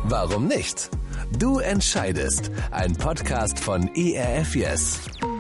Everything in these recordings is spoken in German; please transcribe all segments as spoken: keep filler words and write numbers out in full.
Warum nicht? Du entscheidest. Ein Podcast von E R F Yes.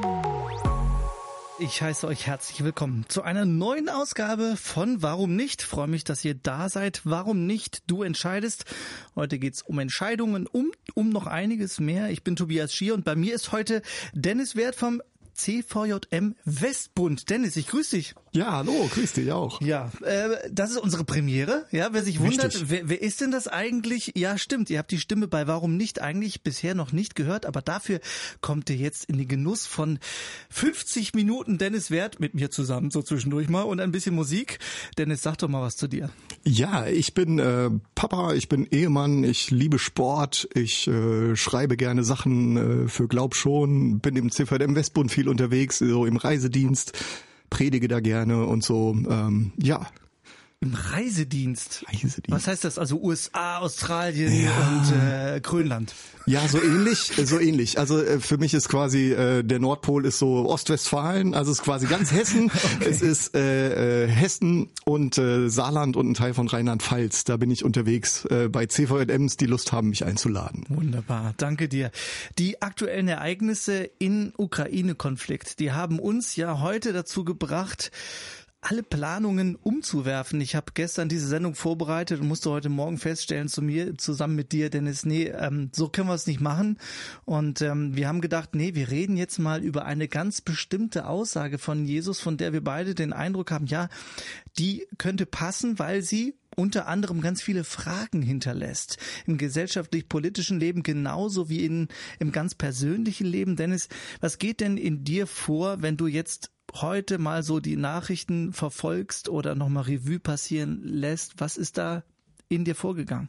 Ich heiße euch herzlich willkommen zu einer neuen Ausgabe von Warum nicht? Ich freue mich, dass ihr da seid. Warum nicht? Du entscheidest. Heute geht's um Entscheidungen, um, um noch einiges mehr. Ich bin Tobias Schier und bei mir ist heute Dennis Wert vom C V J M Westbund. Dennis, ich grüße dich. Ja, hallo, grüß dich auch. Ja, äh, das ist unsere Premiere. Ja, wer sich wundert, wer, wer ist denn das eigentlich? Ja, stimmt, ihr habt die Stimme bei Warum nicht eigentlich bisher noch nicht gehört, aber dafür kommt ihr jetzt in den Genuss von fünfzig Minuten Dennis Wert mit mir zusammen, so zwischendurch mal, und ein bisschen Musik. Dennis, sag doch mal was zu dir. Ja, ich bin äh, Papa, ich bin Ehemann, ich liebe Sport, ich äh, schreibe gerne Sachen äh, für Glaub schon, bin im C V J M Westbund viel unterwegs, so im Reisedienst, predige da gerne und so, ähm, ja. Im Reisedienst? Reisedienst. Was heißt das? Also U S A, Australien ja. und äh, Grönland? Ja, so ähnlich, so ähnlich. Also äh, für mich ist quasi äh, der Nordpol ist so Ostwestfalen, also es ist quasi ganz Hessen. Okay. Es ist äh, äh, Hessen und äh, Saarland und ein Teil von Rheinland-Pfalz. Da bin ich unterwegs äh, bei C V J Ms, die Lust haben, mich einzuladen. Wunderbar, danke dir. Die aktuellen Ereignisse in Ukraine-Konflikt, die haben uns ja heute dazu gebracht, alle Planungen umzuwerfen. Ich habe gestern diese Sendung vorbereitet und musste heute Morgen feststellen zu mir, zusammen mit dir, Dennis, nee, ähm, so können wir es nicht machen. Und ähm, wir haben gedacht, nee, wir reden jetzt mal über eine ganz bestimmte Aussage von Jesus, von der wir beide den Eindruck haben, ja, die könnte passen, weil sie unter anderem ganz viele Fragen hinterlässt. Im gesellschaftlich-politischen Leben genauso wie in, im ganz persönlichen Leben. Dennis, was geht denn in dir vor, wenn du jetzt heute mal so die Nachrichten verfolgst oder nochmal Revue passieren lässt? Was ist da in dir vorgegangen?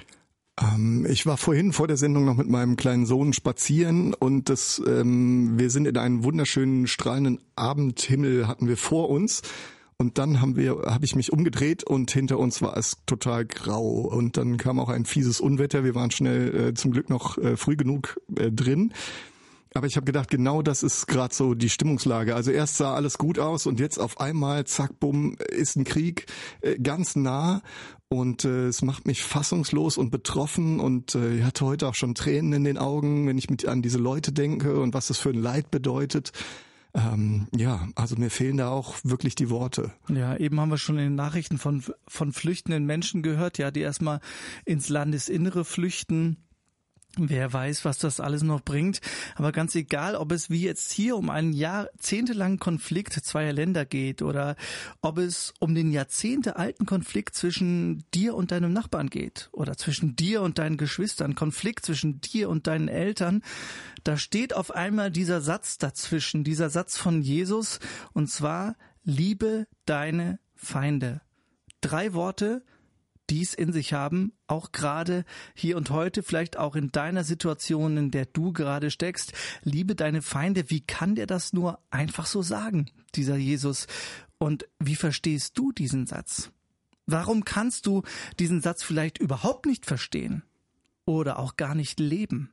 Ähm, ich war vorhin vor der Sendung noch mit meinem kleinen Sohn spazieren und das, ähm, wir sind in einen wunderschönen, strahlenden Abendhimmel hatten wir vor uns. Und dann haben wir, habe ich mich umgedreht und hinter uns war es total grau. Und dann kam auch ein fieses Unwetter. Wir waren schnell äh, zum Glück noch äh, früh genug äh, drin. Aber ich habe gedacht, genau das ist gerade so die Stimmungslage. Also erst sah alles gut aus und jetzt auf einmal, zack, bumm, ist ein Krieg äh, ganz nah. Und äh, es macht mich fassungslos und betroffen. Und äh, ich hatte heute auch schon Tränen in den Augen, wenn ich mit an diese Leute denke und was das für ein Leid bedeutet. Ähm, ja, also mir fehlen da auch wirklich die Worte. Ja, eben haben wir schon in den Nachrichten von von flüchtenden Menschen gehört, ja, die erstmal ins Landesinnere flüchten. Wer weiß, was das alles noch bringt. Aber ganz egal, ob es wie jetzt hier um einen jahrzehntelangen Konflikt zweier Länder geht oder ob es um den jahrzehntealten Konflikt zwischen dir und deinem Nachbarn geht oder zwischen dir und deinen Geschwistern, Konflikt zwischen dir und deinen Eltern, da steht auf einmal dieser Satz dazwischen, dieser Satz von Jesus, und zwar: Liebe deine Feinde. Drei Worte, die es in sich haben, auch gerade hier und heute, vielleicht auch in deiner Situation, in der du gerade steckst. Liebe deine Feinde. Wie kann der das nur einfach so sagen, dieser Jesus? Und wie verstehst du diesen Satz? Warum kannst du diesen Satz vielleicht überhaupt nicht verstehen oder auch gar nicht leben?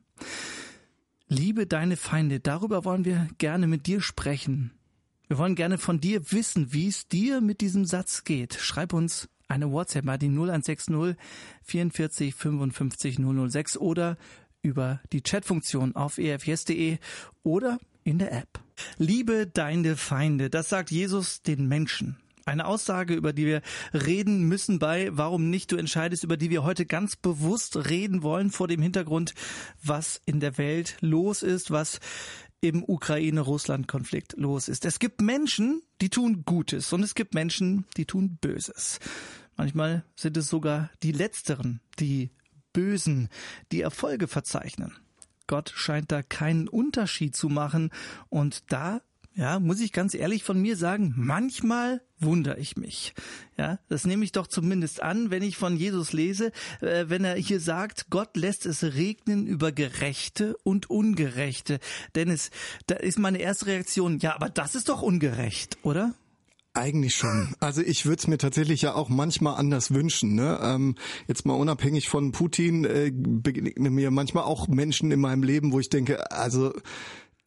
Liebe deine Feinde. Darüber wollen wir gerne mit dir sprechen. Wir wollen gerne von dir wissen, wie es dir mit diesem Satz geht. Schreib uns eine WhatsApp mal die null eins sechs null vierundvierzig fünfundfünfzig null null sechs oder über die Chatfunktion auf e r f yes punkt de oder in der App. Liebe deine Feinde, das sagt Jesus den Menschen. Eine Aussage, über die wir reden müssen bei Warum nicht? Du entscheidest, über die wir heute ganz bewusst reden wollen vor dem Hintergrund, was in der Welt los ist, was im Ukraine-Russland-Konflikt los ist. Es gibt Menschen, die tun Gutes und es gibt Menschen, die tun Böses. Manchmal sind es sogar die Letzteren, die Bösen, die Erfolge verzeichnen. Gott scheint da keinen Unterschied zu machen und da, ja, muss ich ganz ehrlich von mir sagen, manchmal wundere ich mich. Ja, das nehme ich doch zumindest an, wenn ich von Jesus lese, äh, wenn er hier sagt, Gott lässt es regnen über Gerechte und Ungerechte. Dennis, da ist meine erste Reaktion, ja, aber das ist doch ungerecht, oder? Eigentlich schon. Also ich würde es mir tatsächlich ja auch manchmal anders wünschen. Ne? Ähm, jetzt mal unabhängig von Putin äh, begegnen mir manchmal auch Menschen in meinem Leben, wo ich denke, also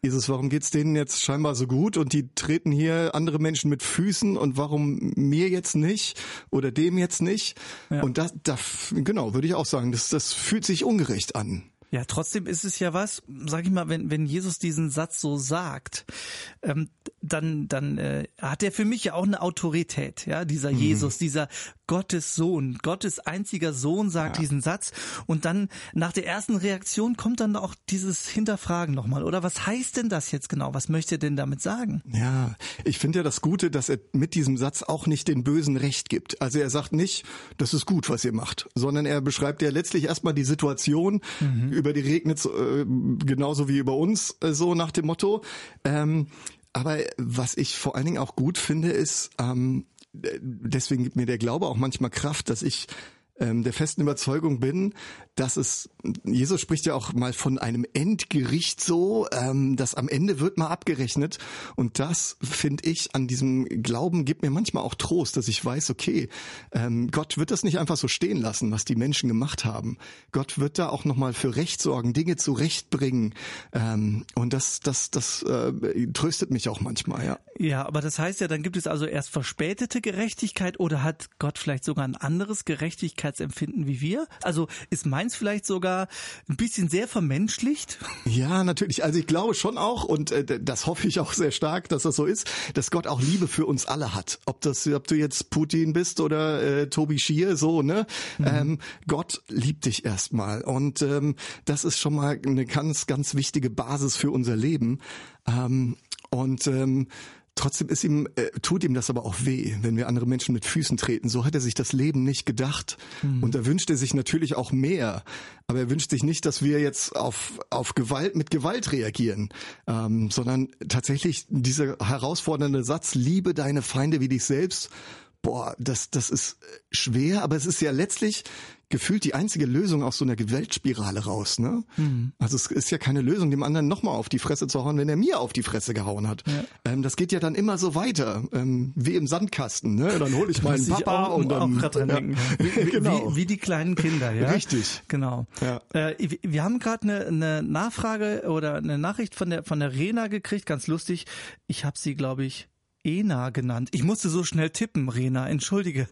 Jesus, warum geht's denen jetzt scheinbar so gut und die treten hier andere Menschen mit Füßen und warum mir jetzt nicht oder dem jetzt nicht? Ja. Und das, das, genau, würde ich auch sagen, das, das fühlt sich ungerecht an. Ja, trotzdem ist es ja was, sag ich mal, wenn wenn Jesus diesen Satz so sagt, ähm, dann dann äh, hat er für mich ja auch eine Autorität, ja, dieser mhm. Jesus, dieser Gottes Sohn, Gottes einziger Sohn sagt ja. diesen Satz und dann nach der ersten Reaktion kommt dann auch dieses Hinterfragen nochmal, oder was heißt denn das jetzt genau? Was möchte er denn damit sagen? Ja, ich finde ja das Gute, dass er mit diesem Satz auch nicht den Bösen Recht gibt. Also er sagt nicht, das ist gut, was ihr macht, sondern er beschreibt ja letztlich erstmal die Situation, mhm. über die regnet äh, genauso wie über uns, äh, so nach dem Motto. Ähm, aber was ich vor allen Dingen auch gut finde, ist, ähm, deswegen gibt mir der Glaube auch manchmal Kraft, dass ich ähm, der festen Überzeugung bin, dass es, Jesus spricht ja auch mal von einem Endgericht so, ähm, dass am Ende wird mal abgerechnet und das, finde ich, an diesem Glauben gibt mir manchmal auch Trost, dass ich weiß, okay, ähm, Gott wird das nicht einfach so stehen lassen, was die Menschen gemacht haben. Gott wird da auch nochmal für Recht sorgen, Dinge zurechtbringen ähm, und das, das, das äh, tröstet mich auch manchmal, ja. Ja, aber das heißt ja, dann gibt es also erst verspätete Gerechtigkeit oder hat Gott vielleicht sogar ein anderes Gerechtigkeitsempfinden wie wir? Also ist meins vielleicht sogar ein bisschen sehr vermenschlicht? Ja, natürlich. Also ich glaube schon auch und äh, das hoffe ich auch sehr stark, dass das so ist, dass Gott auch Liebe für uns alle hat. Ob das, ob du jetzt Putin bist oder äh, Tobi Schier, so, ne? Mhm. Ähm, Gott liebt dich erstmal und ähm, das ist schon mal eine ganz, ganz wichtige Basis für unser Leben. Ähm, und ähm, Trotzdem ist ihm, äh, tut ihm das aber auch weh, wenn wir andere Menschen mit Füßen treten. So hat er sich das Leben nicht gedacht. Mhm. Und da wünscht er sich natürlich auch mehr. Aber er wünscht sich nicht, dass wir jetzt auf, auf Gewalt mit Gewalt reagieren, ähm, sondern tatsächlich dieser herausfordernde Satz, liebe deine Feinde wie dich selbst. Boah, das, das ist schwer, aber es ist ja letztlich gefühlt die einzige Lösung aus so einer Gewaltspirale raus, ne? Mhm. Also es ist ja keine Lösung, dem anderen nochmal auf die Fresse zu hauen, wenn er mir auf die Fresse gehauen hat. Ja. Ähm, das geht ja dann immer so weiter, ähm, wie im Sandkasten, ne? Dann hole ich meinen Papa auch, und dann... Auch dran ja. denken. Wie, genau. wie, wie die kleinen Kinder, ja? Richtig. Genau. Ja. Äh, wir haben gerade eine, eine Nachfrage oder eine Nachricht von der, von der Rena gekriegt, ganz lustig. Ich habe sie, glaube ich, Ena genannt. Ich musste so schnell tippen, Rena, entschuldige.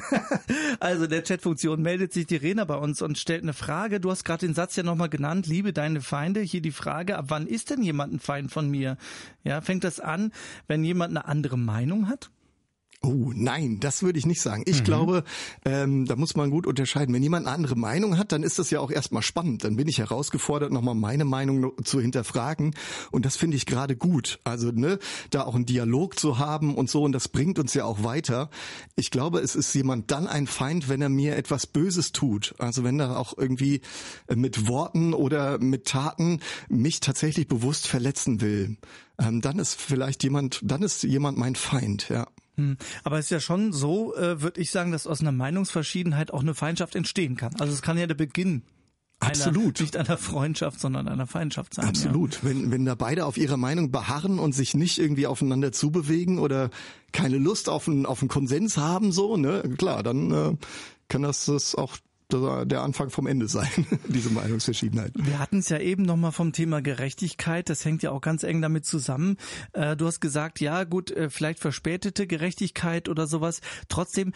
Also der Chatfunktion meldet sich die Rena bei uns und stellt eine Frage. Du hast gerade den Satz ja nochmal genannt, liebe deine Feinde. Hier die Frage, ab wann ist denn jemand ein Feind von mir? Ja, fängt das an, wenn jemand eine andere Meinung hat? Oh nein, das würde ich nicht sagen. Ich mhm. glaube, ähm, da muss man gut unterscheiden. Wenn jemand eine andere Meinung hat, dann ist das ja auch erstmal spannend. Dann bin ich herausgefordert, nochmal meine Meinung zu hinterfragen. Und das finde ich gerade gut. Also ne, da auch einen Dialog zu haben und so. Und das bringt uns ja auch weiter. Ich glaube, es ist jemand dann ein Feind, wenn er mir etwas Böses tut. Also wenn er auch irgendwie mit Worten oder mit Taten mich tatsächlich bewusst verletzen will. Ähm, dann ist vielleicht jemand, dann ist jemand mein Feind, ja. Aber es ist ja schon so, äh, würde ich sagen, dass aus einer Meinungsverschiedenheit auch eine Feindschaft entstehen kann. Also es kann ja der Beginn Absolut. Einer, nicht einer Freundschaft, sondern einer Feindschaft sein. Absolut. Ja. Wenn, wenn da beide auf ihrer Meinung beharren und sich nicht irgendwie aufeinander zubewegen oder keine Lust auf einen, auf einen Konsens haben, so, ne, klar, dann äh, kann das, das auch der Anfang vom Ende sein, diese Meinungsverschiedenheit. Wir hatten es ja eben nochmal vom Thema Gerechtigkeit, das hängt ja auch ganz eng damit zusammen. Du hast gesagt, ja gut, vielleicht verspätete Gerechtigkeit oder sowas. Trotzdem,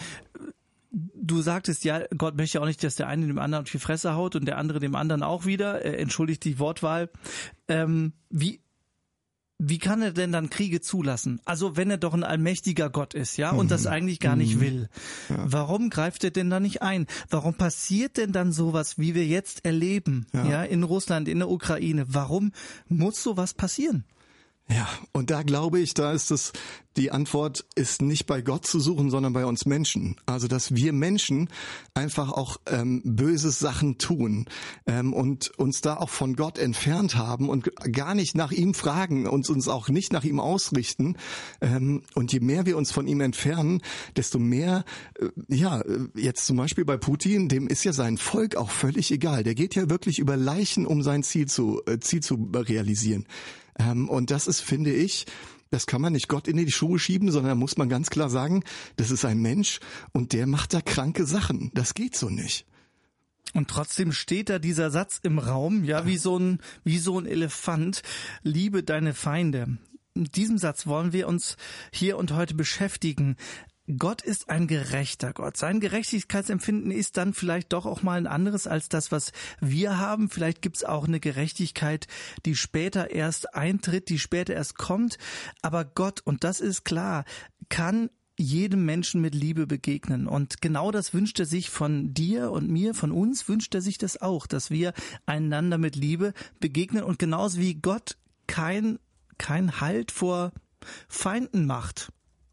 du sagtest ja, Gott möchte auch nicht, dass der eine dem anderen auf die Fresse haut und der andere dem anderen auch wieder. Entschuldigt die Wortwahl. Ähm, wie Wie kann er denn dann Kriege zulassen? Also wenn er doch ein allmächtiger Gott ist, ja, und mhm. das eigentlich gar nicht will. Ja. Warum greift er denn da nicht ein? Warum passiert denn dann sowas, wie wir jetzt erleben, ja, ja in Russland, in der Ukraine? Warum muss sowas passieren? Ja, und da glaube ich, da ist es, die Antwort ist nicht bei Gott zu suchen, sondern bei uns Menschen. Also, dass wir Menschen einfach auch ähm, böse Sachen tun ähm, und uns da auch von Gott entfernt haben und gar nicht nach ihm fragen, uns uns auch nicht nach ihm ausrichten. Ähm, und je mehr wir uns von ihm entfernen, desto mehr, äh, ja, jetzt zum Beispiel bei Putin, dem ist ja sein Volk auch völlig egal. Der geht ja wirklich über Leichen, um sein Ziel zu, äh, Ziel zu realisieren. Ähm, und das ist, finde ich, das kann man nicht Gott in die Schuhe schieben, sondern da muss man ganz klar sagen, das ist ein Mensch und der macht da kranke Sachen. Das geht so nicht. Und trotzdem steht da dieser Satz im Raum, ja, wie so ein, wie so ein Elefant. Liebe deine Feinde. Mit diesem Satz wollen wir uns hier und heute beschäftigen. Gott ist ein gerechter Gott. Sein Gerechtigkeitsempfinden ist dann vielleicht doch auch mal ein anderes als das, was wir haben. Vielleicht gibt's auch eine Gerechtigkeit, die später erst eintritt, die später erst kommt. Aber Gott, und das ist klar, kann jedem Menschen mit Liebe begegnen. Und genau das wünscht er sich von dir und mir, von uns wünscht er sich das auch, dass wir einander mit Liebe begegnen. Und genauso wie Gott kein, kein Halt vor Feinden macht,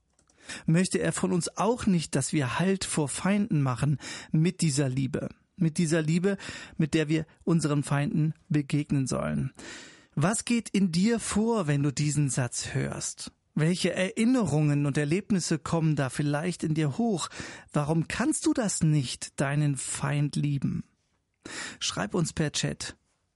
möchte er von uns auch nicht, dass wir Halt vor Feinden machen mit dieser Liebe. Mit dieser Liebe, mit der wir unseren Feinden begegnen sollen. Was geht in dir vor, wenn du diesen Satz hörst? Welche Erinnerungen und Erlebnisse kommen da vielleicht in dir hoch? Warum kannst du das nicht, deinen Feind lieben? Schreib uns per Chat.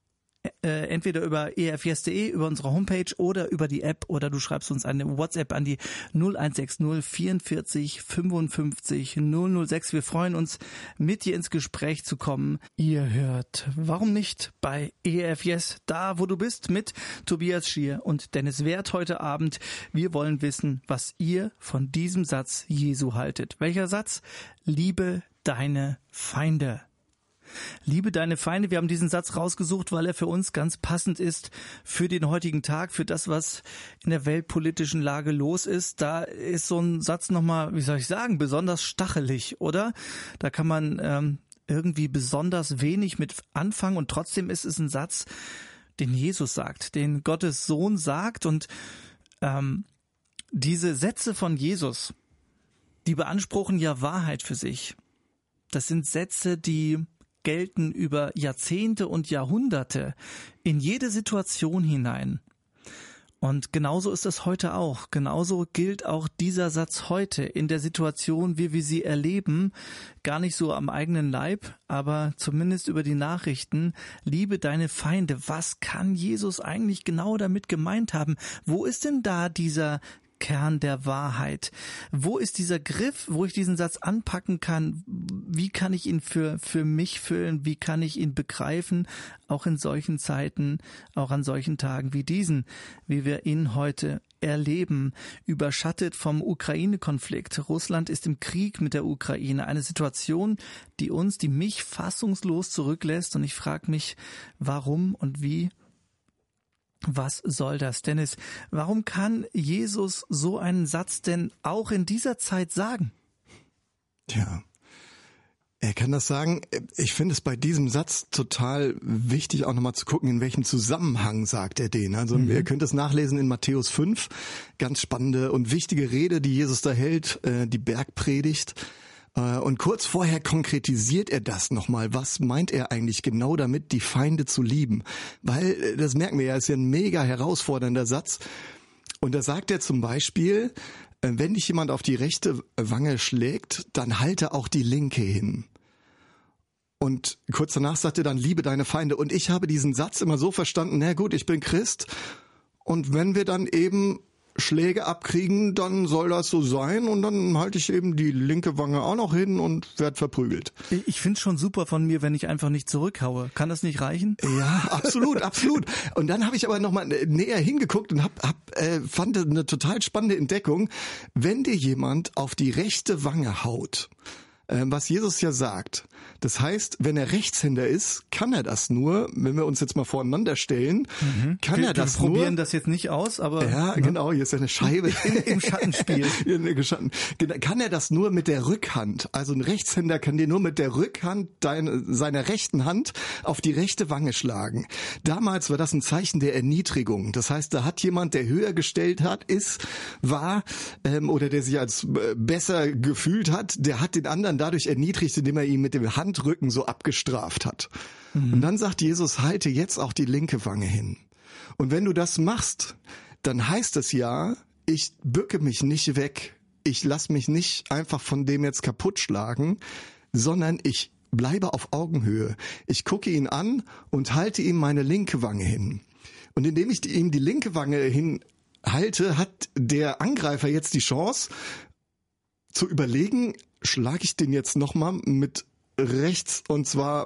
Äh, entweder über e f j s punkt de, über unsere Homepage oder über die App, oder du schreibst uns eine WhatsApp an die null eins sechs null vierundvierzig fünfundfünfzig null null sechs. Wir freuen uns, mit dir ins Gespräch zu kommen. Ihr hört Warum nicht bei E F J S, da wo du bist, mit Tobias Schier und Dennis Wert heute Abend. Wir wollen wissen, was ihr von diesem Satz Jesu haltet. Welcher Satz? Liebe deine Feinde. Liebe deine Feinde. Wir haben diesen Satz rausgesucht, weil er für uns ganz passend ist für den heutigen Tag, für das, was in der weltpolitischen Lage los ist. Da ist so ein Satz nochmal, wie soll ich sagen, besonders stachelig, oder? Da kann man ähm, irgendwie besonders wenig mit anfangen, und trotzdem ist es ein Satz, den Jesus sagt, den Gottes Sohn sagt. Und ähm, diese Sätze von Jesus, die beanspruchen ja Wahrheit für sich. Das sind Sätze, die gelten über Jahrzehnte und Jahrhunderte in jede Situation hinein. Und genauso ist es heute auch. Genauso gilt auch dieser Satz heute in der Situation, wie wir sie erleben, gar nicht so am eigenen Leib, aber zumindest über die Nachrichten. Liebe deine Feinde. Was kann Jesus eigentlich genau damit gemeint haben? Wo ist denn da dieser Kern der Wahrheit? Wo ist dieser Griff, wo ich diesen Satz anpacken kann? Wie kann ich ihn für, für mich füllen? Wie kann ich ihn begreifen? Auch in solchen Zeiten, auch an solchen Tagen wie diesen, wie wir ihn heute erleben, überschattet vom Ukraine-Konflikt. Russland ist im Krieg mit der Ukraine. Eine Situation, die uns, die mich fassungslos zurücklässt. Und ich frage mich, warum und wie. Was soll das, Dennis? Warum kann Jesus so einen Satz denn auch in dieser Zeit sagen? Tja, er kann das sagen. Ich finde es bei diesem Satz total wichtig, auch nochmal zu gucken, in welchem Zusammenhang sagt er den. Also mhm. ihr könnt es nachlesen in Matthäus fünf. Ganz spannende und wichtige Rede, die Jesus da hält, die Bergpredigt. Und kurz vorher konkretisiert er das nochmal. Was meint er eigentlich genau damit, die Feinde zu lieben? Weil, das merken wir ja, ist ja ein mega herausfordernder Satz. Und da sagt er zum Beispiel, wenn dich jemand auf die rechte Wange schlägt, dann halte auch die linke hin. Und kurz danach sagt er dann, liebe deine Feinde. Und ich habe diesen Satz immer so verstanden, na gut, ich bin Christ. Und wenn wir dann eben Schläge abkriegen, dann soll das so sein, und dann halte ich eben die linke Wange auch noch hin und werde verprügelt. Ich finde es schon super von mir, wenn ich einfach nicht zurückhaue. Kann das nicht reichen? Ja, absolut, absolut. Und dann habe ich aber nochmal näher hingeguckt und hab, hab, äh, fand eine total spannende Entdeckung. Wenn dir jemand auf die rechte Wange haut, äh, was Jesus ja sagt, das heißt, wenn er Rechtshänder ist, kann er das nur, wenn wir uns jetzt mal voreinander stellen, mhm. kann wir, er das wir nur. Wir probieren das jetzt nicht aus, aber... Ja, ne? Genau, hier ist ja eine Scheibe. In, Im Schattenspiel. In Schatten. Kann er das nur mit der Rückhand. Also ein Rechtshänder kann dir nur mit der Rückhand deine, seiner rechten Hand auf die rechte Wange schlagen. Damals war das ein Zeichen der Erniedrigung. Das heißt, da hat jemand, der höher gestellt hat, ist, war, ähm, oder der sich als äh, besser gefühlt hat, der hat den anderen dadurch erniedrigt, indem er ihn mit dem Hand Rücken so abgestraft hat. Mhm. Und dann sagt Jesus, halte jetzt auch die linke Wange hin. Und wenn du das machst, dann heißt es ja, ich bücke mich nicht weg, ich lass mich nicht einfach von dem jetzt kaputt schlagen, sondern ich bleibe auf Augenhöhe. Ich gucke ihn an und halte ihm meine linke Wange hin. Und indem ich ihm die linke Wange hinhalte, hat der Angreifer jetzt die Chance zu überlegen, schlage ich den jetzt nochmal mit rechts, und zwar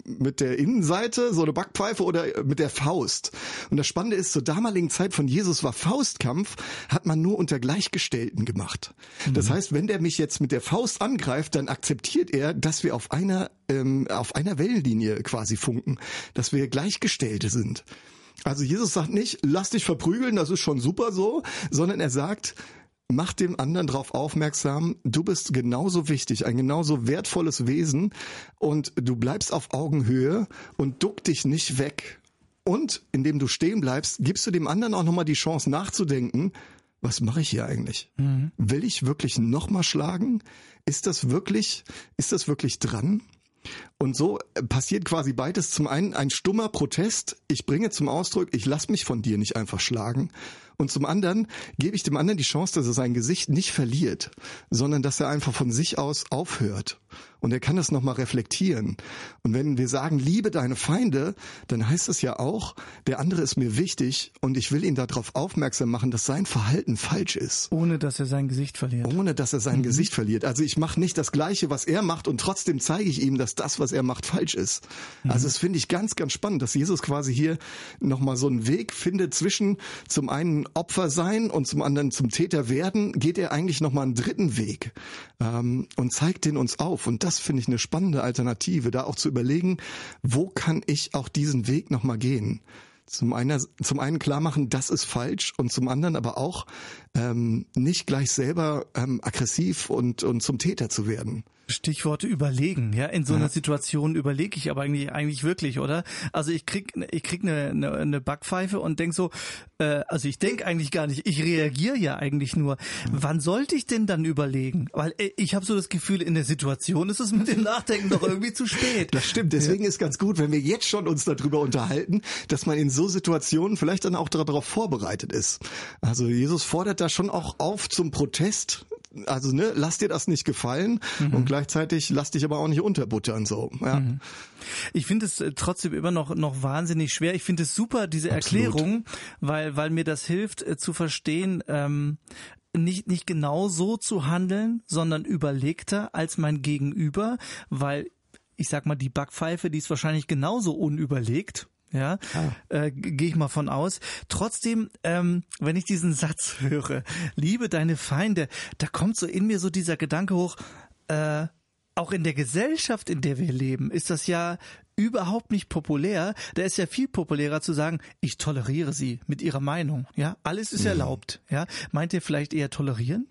mit der Innenseite, so eine Backpfeife oder mit der Faust. Und das Spannende ist, zur damaligen Zeit von Jesus war Faustkampf, hat man nur unter Gleichgestellten gemacht. Mhm. Das heißt, wenn der mich jetzt mit der Faust angreift, dann akzeptiert er, dass wir auf einer, ähm, auf einer Wellenlinie quasi funken, dass wir Gleichgestellte sind. Also Jesus sagt nicht, lass dich verprügeln, das ist schon super so, sondern er sagt, mach dem anderen darauf aufmerksam, du bist genauso wichtig, ein genauso wertvolles Wesen und du bleibst auf Augenhöhe und duck dich nicht weg. Und indem du stehen bleibst, gibst du dem anderen auch nochmal die Chance nachzudenken, was mache ich hier eigentlich? Mhm. Will ich wirklich nochmal schlagen? Ist das wirklich, ist das wirklich dran? Und so passiert quasi beides. Zum einen ein stummer Protest. Ich bringe zum Ausdruck, ich lass mich von dir nicht einfach schlagen. Und zum anderen gebe ich dem anderen die Chance, dass er sein Gesicht nicht verliert, sondern dass er einfach von sich aus aufhört. Und er kann das nochmal reflektieren. Und wenn wir sagen, liebe deine Feinde, dann heißt es ja auch, der andere ist mir wichtig und ich will ihn darauf aufmerksam machen, dass sein Verhalten falsch ist. Ohne, dass er sein Gesicht verliert. Ohne, dass er sein mhm. Gesicht verliert. Also ich mache nicht das Gleiche, was er macht und trotzdem zeige ich ihm, dass das, was er macht, falsch ist. Mhm. Also das finde ich ganz, ganz spannend, dass Jesus quasi hier nochmal so einen Weg findet zwischen zum einen Opfer sein und zum anderen zum Täter werden, geht er eigentlich nochmal einen dritten Weg ähm, und zeigt den uns auf. Und das finde ich eine spannende Alternative, da auch zu überlegen, wo kann ich auch diesen Weg nochmal gehen? Zum einen, zum einen klar machen, das ist falsch und zum anderen aber auch ähm, nicht gleich selber ähm, aggressiv und, und zum Täter zu werden. Stichwort überlegen, ja, in so einer ja. Situation überlege ich aber eigentlich eigentlich wirklich, oder? Also ich krieg ich krieg eine eine, eine Backpfeife und denk so, äh, also ich denk eigentlich gar nicht, ich reagiere ja eigentlich nur. Wann sollte ich denn dann überlegen? Weil äh, ich habe so das Gefühl, in der Situation ist es mit dem Nachdenken doch irgendwie zu spät. Das stimmt, deswegen ja. ist ganz gut, wenn wir jetzt schon uns darüber unterhalten, dass man in so Situationen vielleicht dann auch darauf vorbereitet ist. Also Jesus fordert da schon auch auf zum Protest. Also ne, lass dir das nicht gefallen mhm. und gleichzeitig lass dich aber auch nicht unterbuttern so. Ja. Mhm. Ich finde es trotzdem immer noch noch wahnsinnig schwer. Ich finde es super, diese Absolut. Erklärung, weil weil mir das hilft äh, zu verstehen, ähm, nicht nicht genau so zu handeln, sondern überlegter als mein Gegenüber, weil ich sag mal, die Backpfeife, die ist wahrscheinlich genauso unüberlegt. Ja, ah. äh, gehe ich mal von aus. Trotzdem, ähm, wenn ich diesen Satz höre, liebe deine Feinde, da kommt so in mir so dieser Gedanke hoch, äh, auch in der Gesellschaft, in der wir leben, ist das ja überhaupt nicht populär. Da ist ja viel populärer zu sagen, ich toleriere sie mit ihrer Meinung. Ja, alles ist mhm. erlaubt. Ja, meint ihr vielleicht eher tolerieren?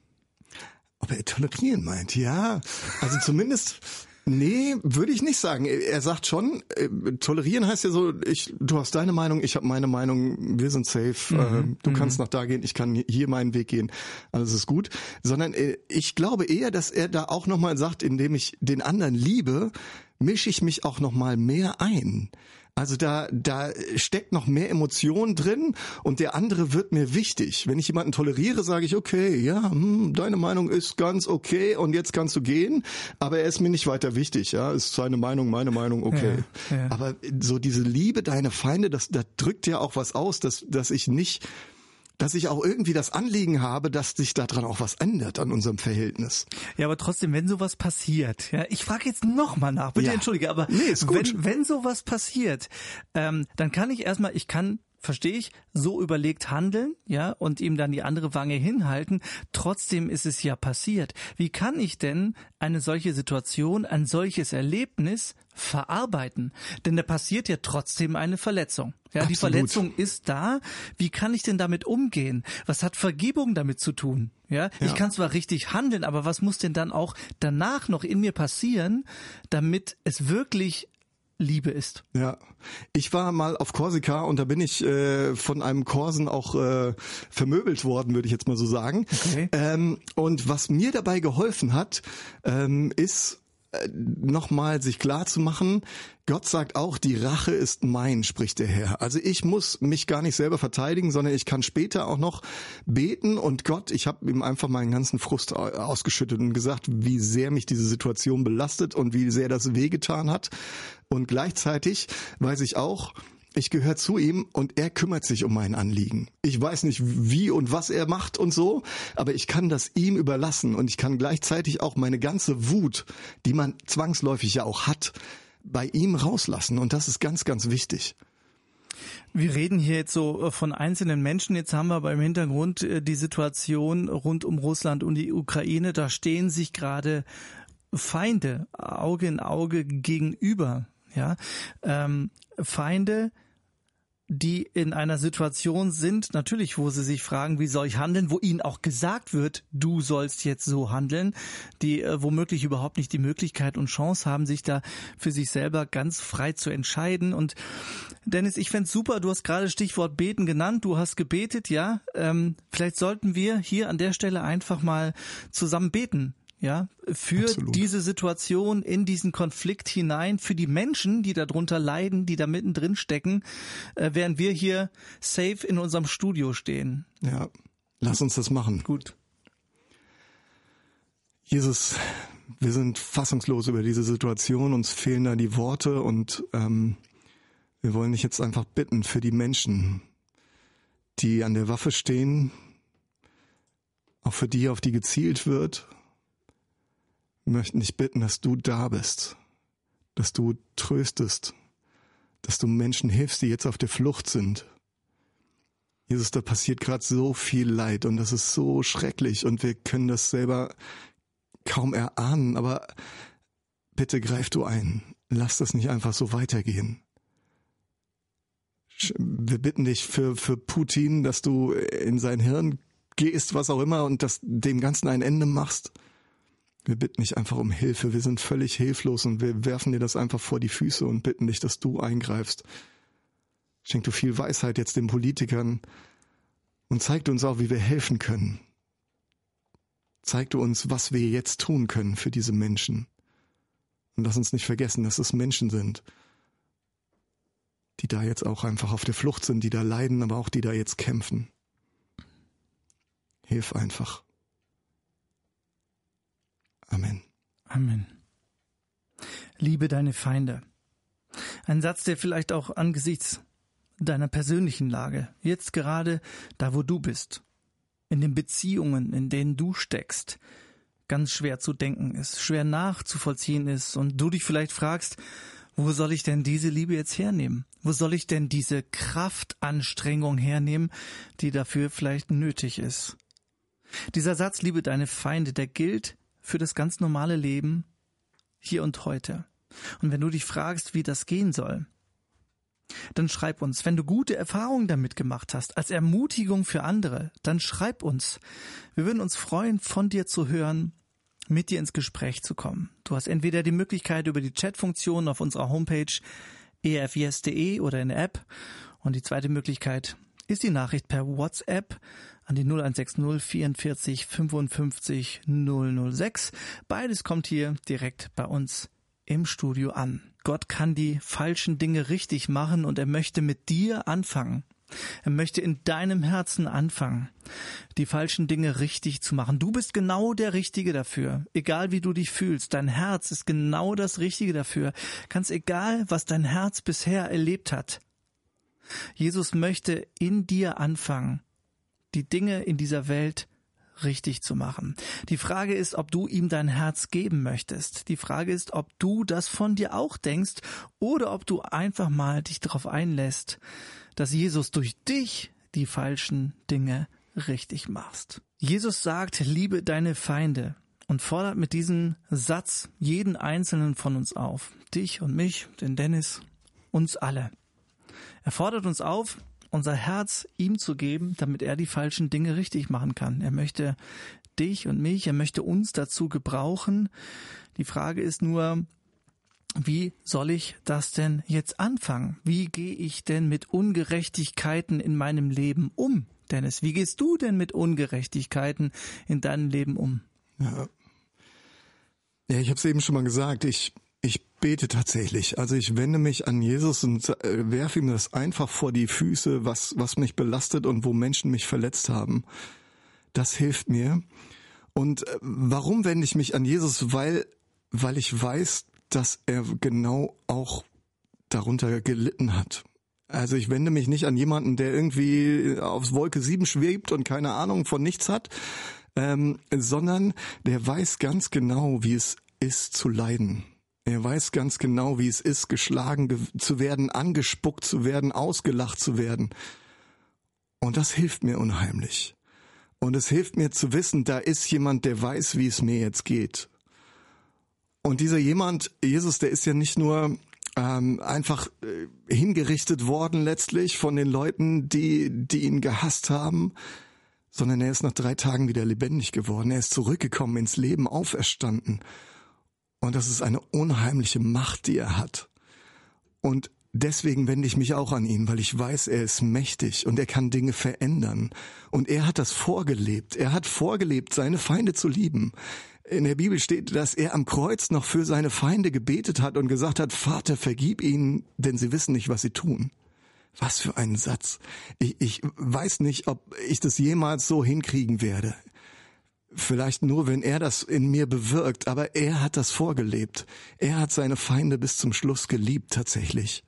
Ob er tolerieren meint, ja. Also zumindest... Nee, würde ich nicht sagen. Er sagt schon, äh, tolerieren heißt ja so, ich, du hast deine Meinung, ich habe meine Meinung, wir sind safe, mhm, äh, du mhm. kannst nach da gehen, ich kann hier meinen Weg gehen, alles ist gut. Sondern äh, ich glaube eher, dass er da auch nochmal sagt, indem ich den anderen liebe, mische ich mich auch nochmal mehr ein. Also da da steckt noch mehr Emotion drin und der andere wird mir wichtig. Wenn ich jemanden toleriere, sage ich, okay, ja, hm, deine Meinung ist ganz okay und jetzt kannst du gehen, aber er ist mir nicht weiter wichtig. Ja, ist seine Meinung, meine Meinung, okay. Ja, ja. Aber so diese Liebe, deine Feinde, das, das drückt ja auch was aus, dass, dass ich nicht... dass ich auch irgendwie das Anliegen habe, dass sich daran auch was ändert an unserem Verhältnis. Ja, aber trotzdem, wenn sowas passiert, ja, ich frage jetzt nochmal nach, bitte ja. entschuldige, aber nee, ist gut. Wenn, wenn sowas passiert, ähm, dann kann ich erstmal, ich kann, verstehe ich, so überlegt handeln, ja, und ihm dann die andere Wange hinhalten. Trotzdem ist es ja passiert. Wie kann ich denn eine solche Situation, ein solches Erlebnis verarbeiten? Denn da passiert ja trotzdem eine Verletzung. Ja, Absolut. Die Verletzung ist da. Wie kann ich denn damit umgehen? Was hat Vergebung damit zu tun? Ja, ja. Ich kann zwar richtig handeln, aber was muss denn dann auch danach noch in mir passieren, damit es wirklich Liebe ist? Ja, ich war mal auf Korsika und da bin ich äh, von einem Korsen auch äh, vermöbelt worden, würde ich jetzt mal so sagen. Okay. Ähm, und was mir dabei geholfen hat, ähm, ist äh, nochmal sich klar zu machen, Gott sagt auch, die Rache ist mein, spricht der Herr. Also ich muss mich gar nicht selber verteidigen, sondern ich kann später auch noch beten und Gott, ich habe ihm einfach meinen ganzen Frust ausgeschüttet und gesagt, wie sehr mich diese Situation belastet und wie sehr das wehgetan hat. Und gleichzeitig weiß ich auch, ich gehöre zu ihm und er kümmert sich um mein Anliegen. Ich weiß nicht, wie und was er macht und so, aber ich kann das ihm überlassen und ich kann gleichzeitig auch meine ganze Wut, die man zwangsläufig ja auch hat, bei ihm rauslassen. Und das ist ganz, ganz wichtig. Wir reden hier jetzt so von einzelnen Menschen. Jetzt haben wir beim Hintergrund die Situation rund um Russland und die Ukraine. Da stehen sich gerade Feinde Auge in Auge gegenüber. Ja, ähm, Feinde, die in einer Situation sind, natürlich, wo sie sich fragen, wie soll ich handeln, wo ihnen auch gesagt wird, du sollst jetzt so handeln, die äh, womöglich überhaupt nicht die Möglichkeit und Chance haben, sich da für sich selber ganz frei zu entscheiden. Und Dennis, ich fänd's super, du hast gerade Stichwort Beten genannt, du hast gebetet, ja, ähm, vielleicht sollten wir hier an der Stelle einfach mal zusammen beten. Ja, für Absolut. Diese Situation, in diesen Konflikt hinein, für die Menschen, die darunter leiden, die da mittendrin stecken, äh, während wir hier safe in unserem Studio stehen. Ja, lass uns das machen. Gut. Jesus, wir sind fassungslos über diese Situation, uns fehlen da die Worte und ähm, wir wollen dich jetzt einfach bitten für die Menschen, die an der Waffe stehen, auch für die, auf die gezielt wird. Wir möchten dich bitten, dass du da bist, dass du tröstest, dass du Menschen hilfst, die jetzt auf der Flucht sind. Jesus, da passiert gerade so viel Leid und das ist so schrecklich und wir können das selber kaum erahnen, aber bitte greif du ein. Lass das nicht einfach so weitergehen. Wir bitten dich für, für Putin, dass du in sein Hirn gehst, was auch immer, und dass dem Ganzen ein Ende machst. Wir bitten dich einfach um Hilfe. Wir sind völlig hilflos und wir werfen dir das einfach vor die Füße und bitten dich, dass du eingreifst. Schenk du viel Weisheit jetzt den Politikern und zeig du uns auch, wie wir helfen können. Zeig du uns, was wir jetzt tun können für diese Menschen. Und lass uns nicht vergessen, dass es Menschen sind, die da jetzt auch einfach auf der Flucht sind, die da leiden, aber auch die da jetzt kämpfen. Hilf einfach. Amen. Amen. Liebe deine Feinde. Ein Satz, der vielleicht auch angesichts deiner persönlichen Lage, jetzt gerade da, wo du bist, in den Beziehungen, in denen du steckst, ganz schwer zu denken ist, schwer nachzuvollziehen ist und du dich vielleicht fragst, wo soll ich denn diese Liebe jetzt hernehmen? Wo soll ich denn diese Kraftanstrengung hernehmen, die dafür vielleicht nötig ist? Dieser Satz, liebe deine Feinde, der gilt für das ganz normale Leben hier und heute. Und wenn du dich fragst, wie das gehen soll, dann schreib uns. Wenn du gute Erfahrungen damit gemacht hast, als Ermutigung für andere, dann schreib uns. Wir würden uns freuen, von dir zu hören, mit dir ins Gespräch zu kommen. Du hast entweder die Möglichkeit über die Chatfunktion auf unserer Homepage e r f yes punkt d e oder in der App. Und die zweite Möglichkeit ist die Nachricht per WhatsApp an die null eins sechs null vierundvierzig fünfundfünfzig null null sechs. Beides kommt hier direkt bei uns im Studio an. Gott kann die falschen Dinge richtig machen und er möchte mit dir anfangen. Er möchte in deinem Herzen anfangen, die falschen Dinge richtig zu machen. Du bist genau der Richtige dafür. Egal wie du dich fühlst, dein Herz ist genau das Richtige dafür. Ganz egal, was dein Herz bisher erlebt hat. Jesus möchte in dir anfangen, die Dinge in dieser Welt richtig zu machen. Die Frage ist, ob du ihm dein Herz geben möchtest. Die Frage ist, ob du das von dir auch denkst oder ob du einfach mal dich darauf einlässt, dass Jesus durch dich die falschen Dinge richtig macht. Jesus sagt, liebe deine Feinde und fordert mit diesem Satz jeden Einzelnen von uns auf. Dich und mich, den Dennis, uns alle. Er fordert uns auf, unser Herz ihm zu geben, damit er die falschen Dinge richtig machen kann. Er möchte dich und mich, er möchte uns dazu gebrauchen. Die Frage ist nur, wie soll ich das denn jetzt anfangen? Wie gehe ich denn mit Ungerechtigkeiten in meinem Leben um? Dennis, wie gehst du denn mit Ungerechtigkeiten in deinem Leben um? Ja, ja ich habe es eben schon mal gesagt, ich Ich bete tatsächlich. Also ich wende mich an Jesus und werfe ihm das einfach vor die Füße, was, was mich belastet und wo Menschen mich verletzt haben. Das hilft mir. Und warum wende ich mich an Jesus? Weil, weil ich weiß, dass er genau auch darunter gelitten hat. Also ich wende mich nicht an jemanden, der irgendwie aufs Wolke sieben schwebt und keine Ahnung von nichts hat, ähm, sondern der weiß ganz genau, wie es ist zu leiden. Er weiß ganz genau, wie es ist, geschlagen ge- zu werden, angespuckt zu werden, ausgelacht zu werden. Und das hilft mir unheimlich. Und es hilft mir zu wissen, da ist jemand, der weiß, wie es mir jetzt geht. Und dieser jemand, Jesus, der ist ja nicht nur ähm, einfach äh, hingerichtet worden letztlich von den Leuten, die, die ihn gehasst haben, sondern er ist nach drei Tagen wieder lebendig geworden. Er ist zurückgekommen ins Leben, auferstanden. Und das ist eine unheimliche Macht, die er hat. Und deswegen wende ich mich auch an ihn, weil ich weiß, er ist mächtig und er kann Dinge verändern. Und er hat das vorgelebt. Er hat vorgelebt, seine Feinde zu lieben. In der Bibel steht, dass er am Kreuz noch für seine Feinde gebetet hat und gesagt hat, Vater, vergib ihnen, denn sie wissen nicht, was sie tun. Was für ein Satz. Ich, ich weiß nicht, ob ich das jemals so hinkriegen werde. Vielleicht nur, wenn er das in mir bewirkt, aber er hat das vorgelebt. Er hat seine Feinde bis zum Schluss geliebt, tatsächlich.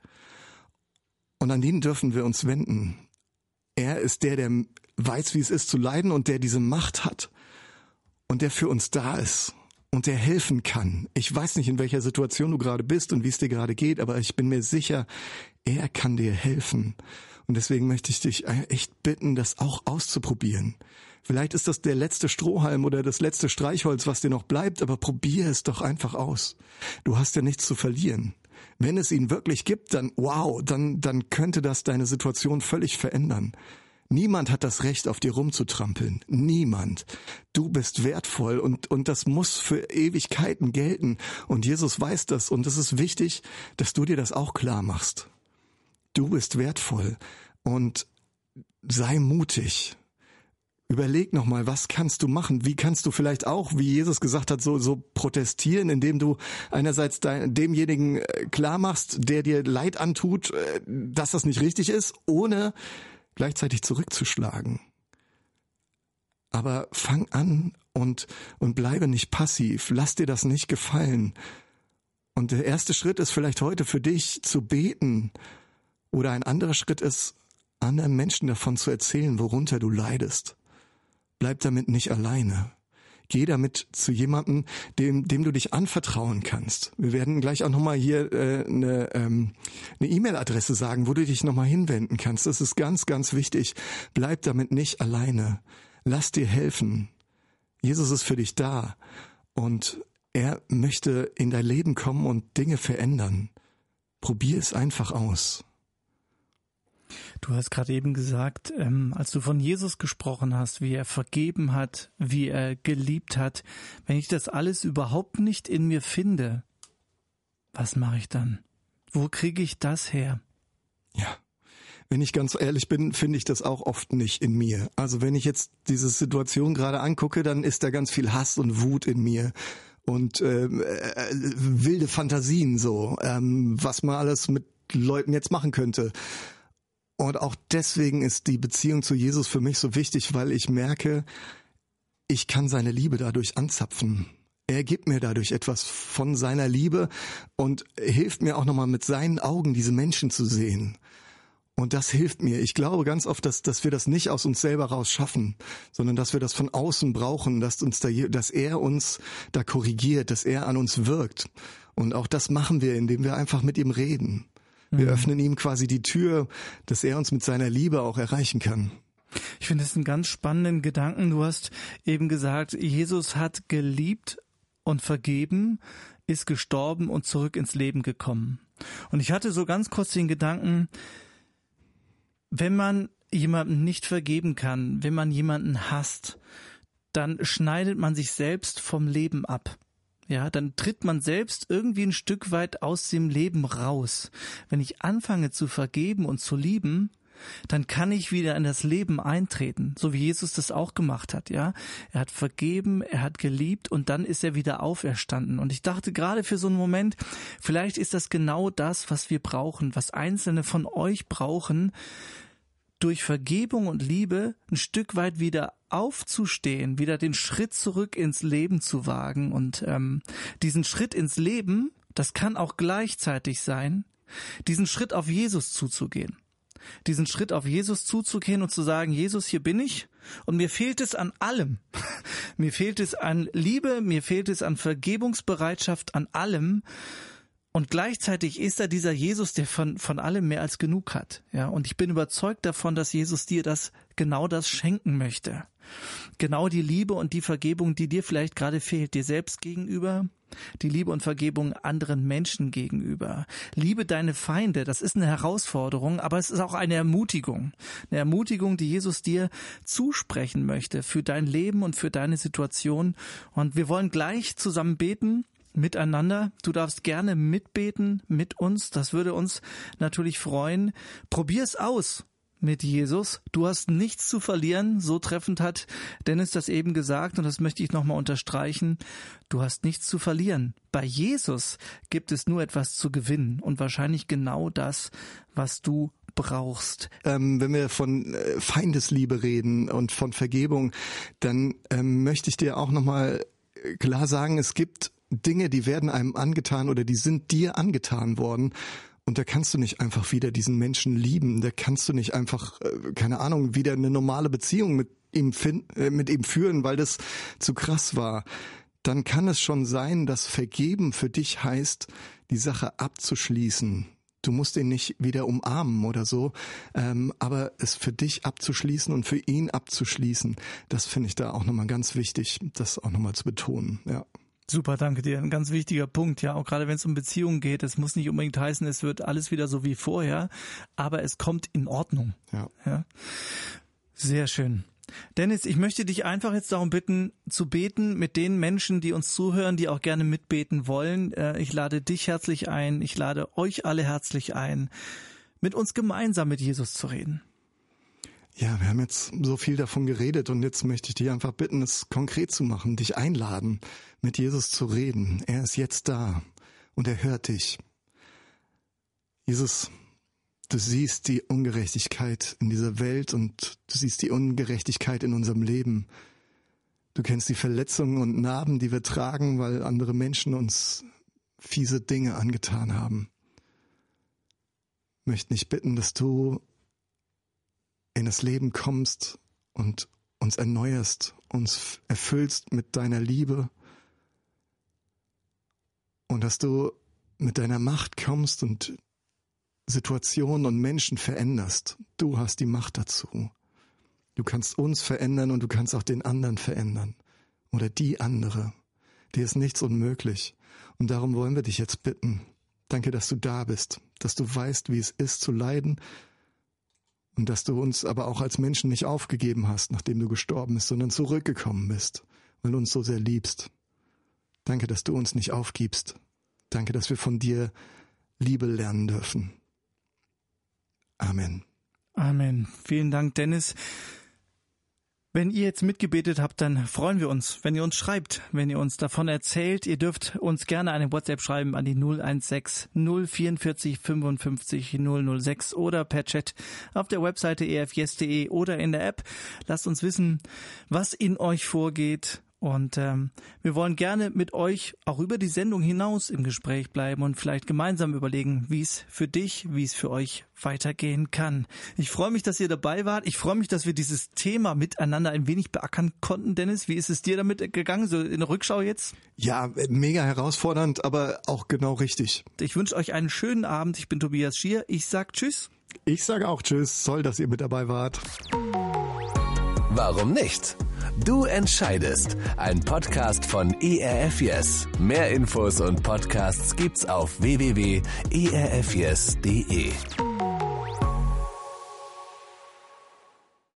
Und an ihn dürfen wir uns wenden. Er ist der, der weiß, wie es ist zu leiden und der diese Macht hat und der für uns da ist und der helfen kann. Ich weiß nicht, in welcher Situation du gerade bist und wie es dir gerade geht, aber ich bin mir sicher, er kann dir helfen. Und deswegen möchte ich dich echt bitten, das auch auszuprobieren. Vielleicht ist das der letzte Strohhalm oder das letzte Streichholz, was dir noch bleibt, aber probier es doch einfach aus. Du hast ja nichts zu verlieren. Wenn es ihn wirklich gibt, dann wow, dann, dann könnte das deine Situation völlig verändern. Niemand hat das Recht, auf dir rumzutrampeln. Niemand. Du bist wertvoll und, und das muss für Ewigkeiten gelten. Und Jesus weiß das und es ist wichtig, dass du dir das auch klar machst. Du bist wertvoll und sei mutig. Überleg nochmal, was kannst du machen? Wie kannst du vielleicht auch, wie Jesus gesagt hat, so, so protestieren, indem du einerseits dein, demjenigen klar machst, der dir Leid antut, dass das nicht richtig ist, ohne gleichzeitig zurückzuschlagen. Aber fang an und, und bleibe nicht passiv. Lass dir das nicht gefallen. Und der erste Schritt ist vielleicht heute für dich zu beten. Oder ein anderer Schritt ist, anderen Menschen davon zu erzählen, worunter du leidest. Bleib damit nicht alleine. Geh damit zu jemandem, dem, dem du dich anvertrauen kannst. Wir werden gleich auch nochmal hier äh, eine ähm, eine E-Mail-Adresse sagen, wo du dich nochmal hinwenden kannst. Das ist ganz, ganz wichtig. Bleib damit nicht alleine. Lass dir helfen. Jesus ist für dich da und er möchte in dein Leben kommen und Dinge verändern. Probier es einfach aus. Du hast gerade eben gesagt, ähm, als du von Jesus gesprochen hast, wie er vergeben hat, wie er geliebt hat, wenn ich das alles überhaupt nicht in mir finde, was mache ich dann? Wo kriege ich das her? Ja, wenn ich ganz ehrlich bin, finde ich das auch oft nicht in mir. Also wenn ich jetzt diese Situation gerade angucke, dann ist da ganz viel Hass und Wut in mir. Und ähm, äh, wilde Fantasien so, ähm, was man alles mit Leuten jetzt machen könnte. Und auch deswegen ist die Beziehung zu Jesus für mich so wichtig, weil ich merke, ich kann seine Liebe dadurch anzapfen. Er gibt mir dadurch etwas von seiner Liebe und hilft mir auch nochmal mit seinen Augen diese Menschen zu sehen. Und das hilft mir. Ich glaube ganz oft, dass, dass wir das nicht aus uns selber raus schaffen, sondern dass wir das von außen brauchen, dass uns da, dass er uns da korrigiert, dass er an uns wirkt. Und auch das machen wir, indem wir einfach mit ihm reden. Wir mhm. öffnen ihm quasi die Tür, dass er uns mit seiner Liebe auch erreichen kann. Ich finde es einen ganz spannenden Gedanken. Du hast eben gesagt, Jesus hat geliebt und vergeben, ist gestorben und zurück ins Leben gekommen. Und ich hatte so ganz kurz den Gedanken, wenn man jemandem nicht vergeben kann, wenn man jemanden hasst, dann schneidet man sich selbst vom Leben ab. Ja, dann tritt man selbst irgendwie ein Stück weit aus dem Leben raus. Wenn ich anfange zu vergeben und zu lieben, dann kann ich wieder in das Leben eintreten, so wie Jesus das auch gemacht hat, ja. Er hat vergeben, er hat geliebt und dann ist er wieder auferstanden. Und ich dachte gerade für so einen Moment, vielleicht ist das genau das, was wir brauchen, was Einzelne von euch brauchen, durch Vergebung und Liebe ein Stück weit wieder aufzustehen, wieder den Schritt zurück ins Leben zu wagen. Und ähm, diesen Schritt ins Leben, das kann auch gleichzeitig sein, diesen Schritt auf Jesus zuzugehen. diesen Schritt auf Jesus zuzugehen und zu sagen, Jesus, hier bin ich und mir fehlt es an allem. Mir fehlt es an Liebe, mir fehlt es an Vergebungsbereitschaft, an allem. Und gleichzeitig ist da dieser Jesus, der von, von allem mehr als genug hat. Ja, und ich bin überzeugt davon, dass Jesus dir das, genau das schenken möchte. Genau die Liebe und die Vergebung, die dir vielleicht gerade fehlt, dir selbst gegenüber, die Liebe und Vergebung anderen Menschen gegenüber. Liebe deine Feinde, das ist eine Herausforderung, aber es ist auch eine Ermutigung. Eine Ermutigung, die Jesus dir zusprechen möchte für dein Leben und für deine Situation. Und wir wollen gleich zusammen beten. Miteinander. Du darfst gerne mitbeten mit uns. Das würde uns natürlich freuen. Probier's aus mit Jesus. Du hast nichts zu verlieren. So treffend hat Dennis das eben gesagt und das möchte ich nochmal unterstreichen. Du hast nichts zu verlieren. Bei Jesus gibt es nur etwas zu gewinnen und wahrscheinlich genau das, was du brauchst. Ähm, wenn wir von äh, Feindesliebe reden und von Vergebung, dann ähm, möchte ich dir auch nochmal klar sagen, es gibt Dinge, die werden einem angetan oder die sind dir angetan worden und da kannst du nicht einfach wieder diesen Menschen lieben, da kannst du nicht einfach, keine Ahnung, wieder eine normale Beziehung mit ihm finden, mit ihm führen, weil das zu krass war. Dann kann es schon sein, dass Vergeben für dich heißt, die Sache abzuschließen. Du musst ihn nicht wieder umarmen oder so, ähm, aber es für dich abzuschließen und für ihn abzuschließen, das finde ich da auch nochmal ganz wichtig, das auch nochmal zu betonen, ja. Super, danke dir. Ein ganz wichtiger Punkt, ja, auch gerade wenn es um Beziehungen geht. Es muss nicht unbedingt heißen, es wird alles wieder so wie vorher, aber es kommt in Ordnung. Ja. Ja. Sehr schön. Dennis, ich möchte dich einfach jetzt darum bitten, zu beten mit den Menschen, die uns zuhören, die auch gerne mitbeten wollen. Ich lade dich herzlich ein, ich lade euch alle herzlich ein, mit uns gemeinsam mit Jesus zu reden. Ja, wir haben jetzt so viel davon geredet und jetzt möchte ich dich einfach bitten, es konkret zu machen, dich einladen, mit Jesus zu reden. Er ist jetzt da und er hört dich. Jesus, du siehst die Ungerechtigkeit in dieser Welt und du siehst die Ungerechtigkeit in unserem Leben. Du kennst die Verletzungen und Narben, die wir tragen, weil andere Menschen uns fiese Dinge angetan haben. Ich möchte dich bitten, dass du in das Leben kommst und uns erneuerst, uns erfüllst mit deiner Liebe und dass du mit deiner Macht kommst und Situationen und Menschen veränderst. Du hast die Macht dazu. Du kannst uns verändern und du kannst auch den anderen verändern oder die andere. Dir ist nichts unmöglich und darum wollen wir dich jetzt bitten. Danke, dass du da bist, dass du weißt, wie es ist zu leiden, und dass du uns aber auch als Menschen nicht aufgegeben hast, nachdem du gestorben bist, sondern zurückgekommen bist, weil du uns so sehr liebst. Danke, dass du uns nicht aufgibst. Danke, dass wir von dir Liebe lernen dürfen. Amen. Amen. Vielen Dank, Dennis. Wenn ihr jetzt mitgebetet habt, dann freuen wir uns, wenn ihr uns schreibt, wenn ihr uns davon erzählt. Ihr dürft uns gerne eine WhatsApp schreiben an die null eins sechs null vierundvierzig fünfundfünfzig null null sechs oder per Chat auf der Webseite e f j s punkt d e oder in der App. Lasst uns wissen, was in euch vorgeht. Und ähm, wir wollen gerne mit euch auch über die Sendung hinaus im Gespräch bleiben und vielleicht gemeinsam überlegen, wie es für dich, wie es für euch weitergehen kann. Ich freue mich, dass ihr dabei wart. Ich freue mich, dass wir dieses Thema miteinander ein wenig beackern konnten, Dennis. Wie ist es dir damit gegangen, so in der Rückschau jetzt? Ja, mega herausfordernd, aber auch genau richtig. Ich wünsche euch einen schönen Abend. Ich bin Tobias Schier. Ich sag Tschüss. Ich sage auch Tschüss. Toll, dass ihr mit dabei wart. Warum nicht? Du entscheidest. Ein Podcast von E R F Yes. Mehr Infos und Podcasts gibt's auf w w w punkt e r f yes punkt d e.